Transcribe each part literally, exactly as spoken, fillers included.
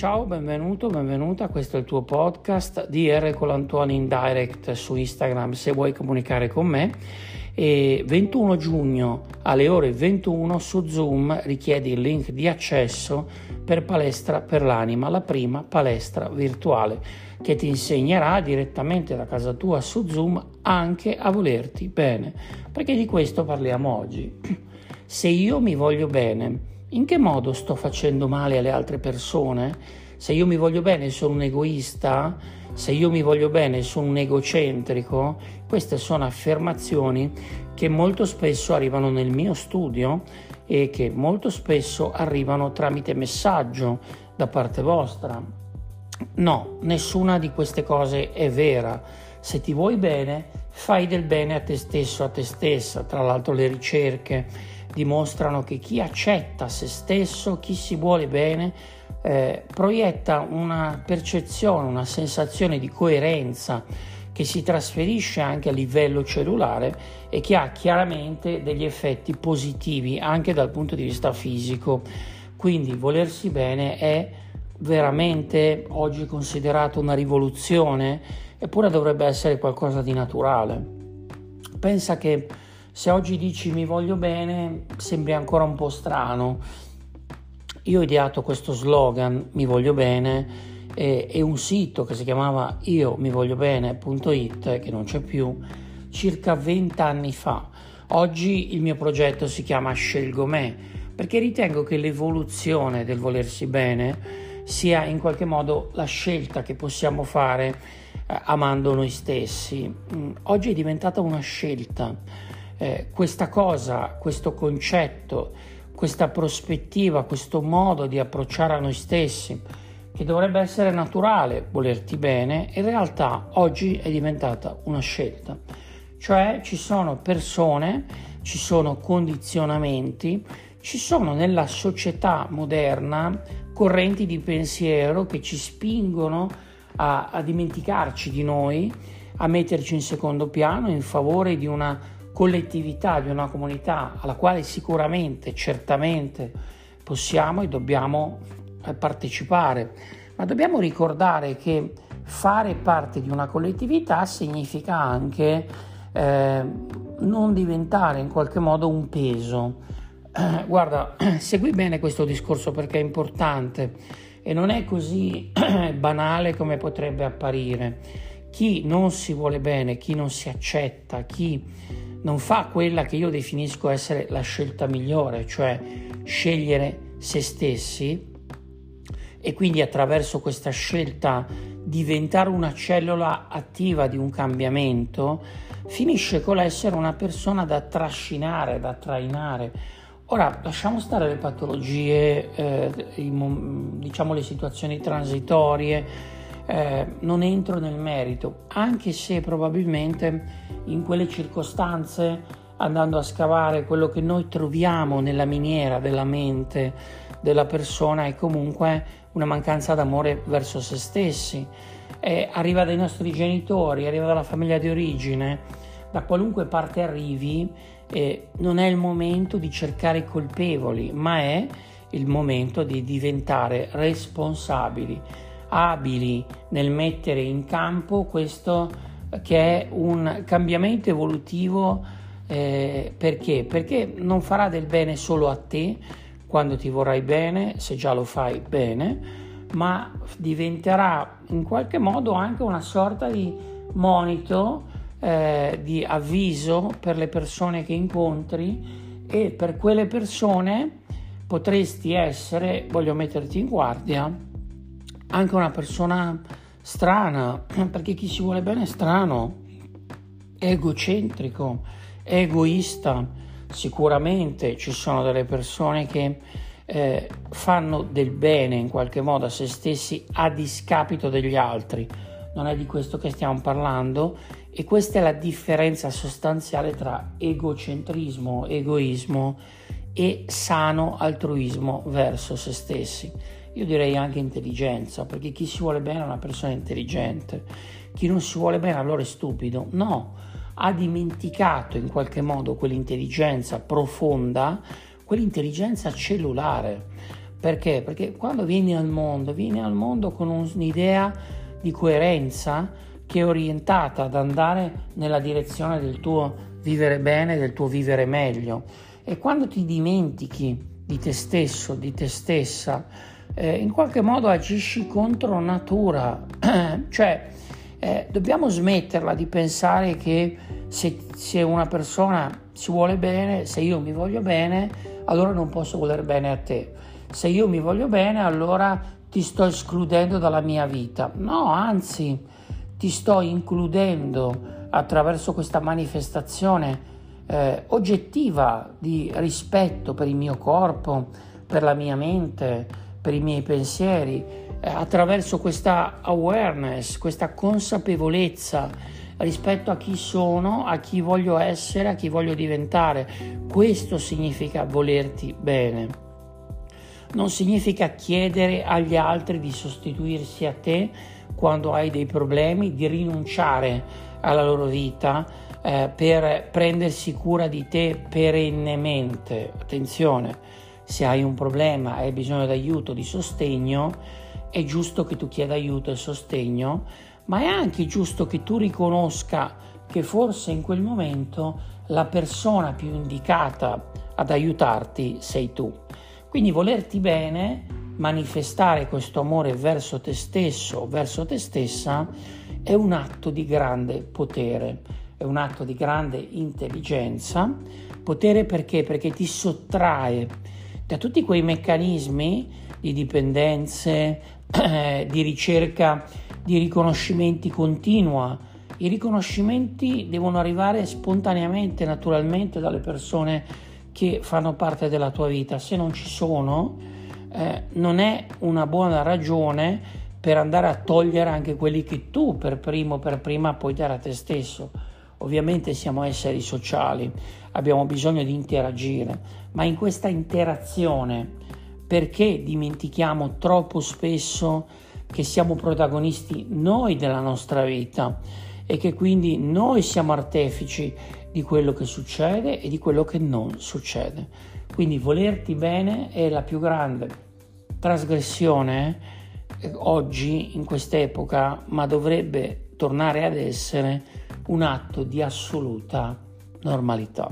Ciao, benvenuto, benvenuta, questo è il tuo podcast D R Colantuoni in direct su Instagram se vuoi comunicare con me. E ventuno giugno alle ore ventuno su Zoom richiedi il link di accesso per Palestra per l'Anima, la prima palestra virtuale che ti insegnerà direttamente da casa tua su Zoom anche a volerti bene, perché di questo parliamo oggi. Se io mi voglio bene, in che modo sto facendo male alle altre persone? Se io mi voglio bene sono un egoista? Se io mi voglio bene sono un egocentrico? Queste sono affermazioni che molto spesso arrivano nel mio studio e che molto spesso arrivano tramite messaggio da parte vostra. No, nessuna di queste cose è vera. Se ti vuoi bene, fai del bene a te stesso, a te stessa. Tra l'altro le ricerche dimostrano che chi accetta se stesso, chi si vuole bene, eh, proietta una percezione, una sensazione di coerenza che si trasferisce anche a livello cellulare e che ha chiaramente degli effetti positivi anche dal punto di vista fisico. Quindi volersi bene è veramente oggi considerato una rivoluzione, eppure dovrebbe essere qualcosa di naturale. Pensa che se oggi dici mi voglio bene, sembri ancora un po' strano. Io ho ideato questo slogan, mi voglio bene, e, e un sito che si chiamava io mi voglio bene punto it, che non c'è più, circa venti anni fa. Oggi il mio progetto si chiama Scelgo Me, perché ritengo che l'evoluzione del volersi bene sia in qualche modo la scelta che possiamo fare eh, amando noi stessi. Mm, oggi è diventata una scelta. Eh, questa cosa, questo concetto, questa prospettiva, questo modo di approcciare a noi stessi, che dovrebbe essere naturale, volerti bene, in realtà oggi è diventata una scelta. Cioè ci sono persone, ci sono condizionamenti, ci sono nella società moderna correnti di pensiero che ci spingono a, a dimenticarci di noi, a metterci in secondo piano in favore di una collettività, di una comunità alla quale sicuramente, certamente possiamo e dobbiamo partecipare, ma dobbiamo ricordare che fare parte di una collettività significa anche eh, non diventare in qualche modo un peso. Eh, guarda, segui bene questo discorso perché è importante e non è così banale come potrebbe apparire. Chi non si vuole bene, chi non si accetta, chi non fa quella che io definisco essere la scelta migliore, cioè scegliere se stessi e quindi attraverso questa scelta diventare una cellula attiva di un cambiamento, finisce con l'essere una persona da trascinare, da trainare. Ora lasciamo stare le patologie, eh, i, diciamo le situazioni transitorie. Eh, non entro nel merito, anche se probabilmente in quelle circostanze, andando a scavare quello che noi troviamo nella miniera della mente della persona, è comunque una mancanza d'amore verso se stessi. Eh, arriva dai nostri genitori, arriva dalla famiglia di origine, da qualunque parte arrivi, eh, non è il momento di cercare i colpevoli, ma è il momento di diventare responsabili, abili nel mettere in campo questo che è un cambiamento evolutivo. Eh, perché? Perché non farà del bene solo a te quando ti vorrai bene, se già lo fai bene, ma diventerà in qualche modo anche una sorta di monito, eh, di avviso per le persone che incontri, e per quelle persone potresti essere, voglio metterti in guardia, anche una persona strana, perché chi si vuole bene è strano, è egocentrico, è egoista. Sicuramente ci sono delle persone che eh, fanno del bene in qualche modo a se stessi a discapito degli altri. Non è di questo che stiamo parlando, e questa è la differenza sostanziale tra egocentrismo, egoismo e sano altruismo verso se stessi. Io direi anche intelligenza, perché chi si vuole bene è una persona intelligente, chi non si vuole bene allora è stupido. No, ha dimenticato in qualche modo quell'intelligenza profonda, quell'intelligenza cellulare. Perché? Perché quando vieni al mondo, vieni al mondo con un'idea di coerenza che è orientata ad andare nella direzione del tuo vivere bene, del tuo vivere meglio. E quando ti dimentichi di te stesso, di te stessa, eh, in qualche modo agisci contro natura. Cioè, eh, dobbiamo smetterla di pensare che se, se una persona si vuole bene, se io mi voglio bene, allora non posso voler bene a te. Se io mi voglio bene, allora ti sto escludendo dalla mia vita. No, anzi, ti sto includendo attraverso questa manifestazione eh, oggettiva di rispetto per il mio corpo, per la mia mente, per i miei pensieri, eh, attraverso questa awareness, questa consapevolezza rispetto a chi sono, a chi voglio essere, a chi voglio diventare. Questo significa volerti bene. Non significa chiedere agli altri di sostituirsi a te quando hai dei problemi, di rinunciare alla loro vita eh, per prendersi cura di te perennemente. Attenzione, se hai un problema e hai bisogno di aiuto, di sostegno, è giusto che tu chieda aiuto e sostegno, ma è anche giusto che tu riconosca che forse in quel momento la persona più indicata ad aiutarti sei tu. Quindi volerti bene, manifestare questo amore verso te stesso, verso te stessa, è un atto di grande potere, è un atto di grande intelligenza. Potere perché? Perché ti sottrae da tutti quei meccanismi di dipendenze, eh, di ricerca, di riconoscimenti continua. I riconoscimenti devono arrivare spontaneamente, naturalmente, dalle persone che fanno parte della tua vita. Se non ci sono, eh, non è una buona ragione per andare a togliere anche quelli che tu per primo, per prima puoi dare a te stesso. Ovviamente siamo esseri sociali, abbiamo bisogno di interagire, ma in questa interazione, perché dimentichiamo troppo spesso che siamo protagonisti noi della nostra vita e che quindi noi siamo artefici di quello che succede e di quello che non succede. Quindi volerti bene è la più grande trasgressione eh, oggi, in quest'epoca, ma dovrebbe tornare ad essere un atto di assoluta normalità.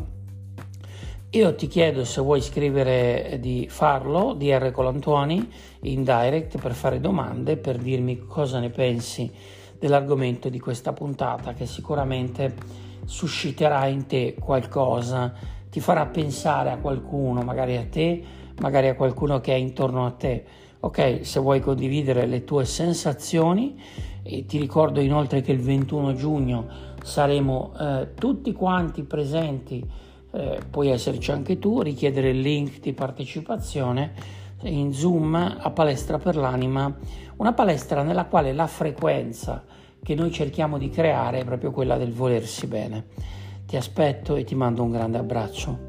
Io ti chiedo se vuoi scrivere di farlo, di R Colantuoni, in direct per fare domande, per dirmi cosa ne pensi dell'argomento di questa puntata, che sicuramente susciterà in te qualcosa, ti farà pensare a qualcuno, magari a te, magari a qualcuno che è intorno a te. Ok, se vuoi condividere le tue sensazioni, e ti ricordo inoltre che il ventuno giugno saremo eh, tutti quanti presenti, eh, puoi esserci anche tu, richiedere il link di partecipazione in Zoom a Palestra per l'Anima, una palestra nella quale la frequenza che noi cerchiamo di creare è proprio quella del volersi bene. Ti aspetto e ti mando un grande abbraccio.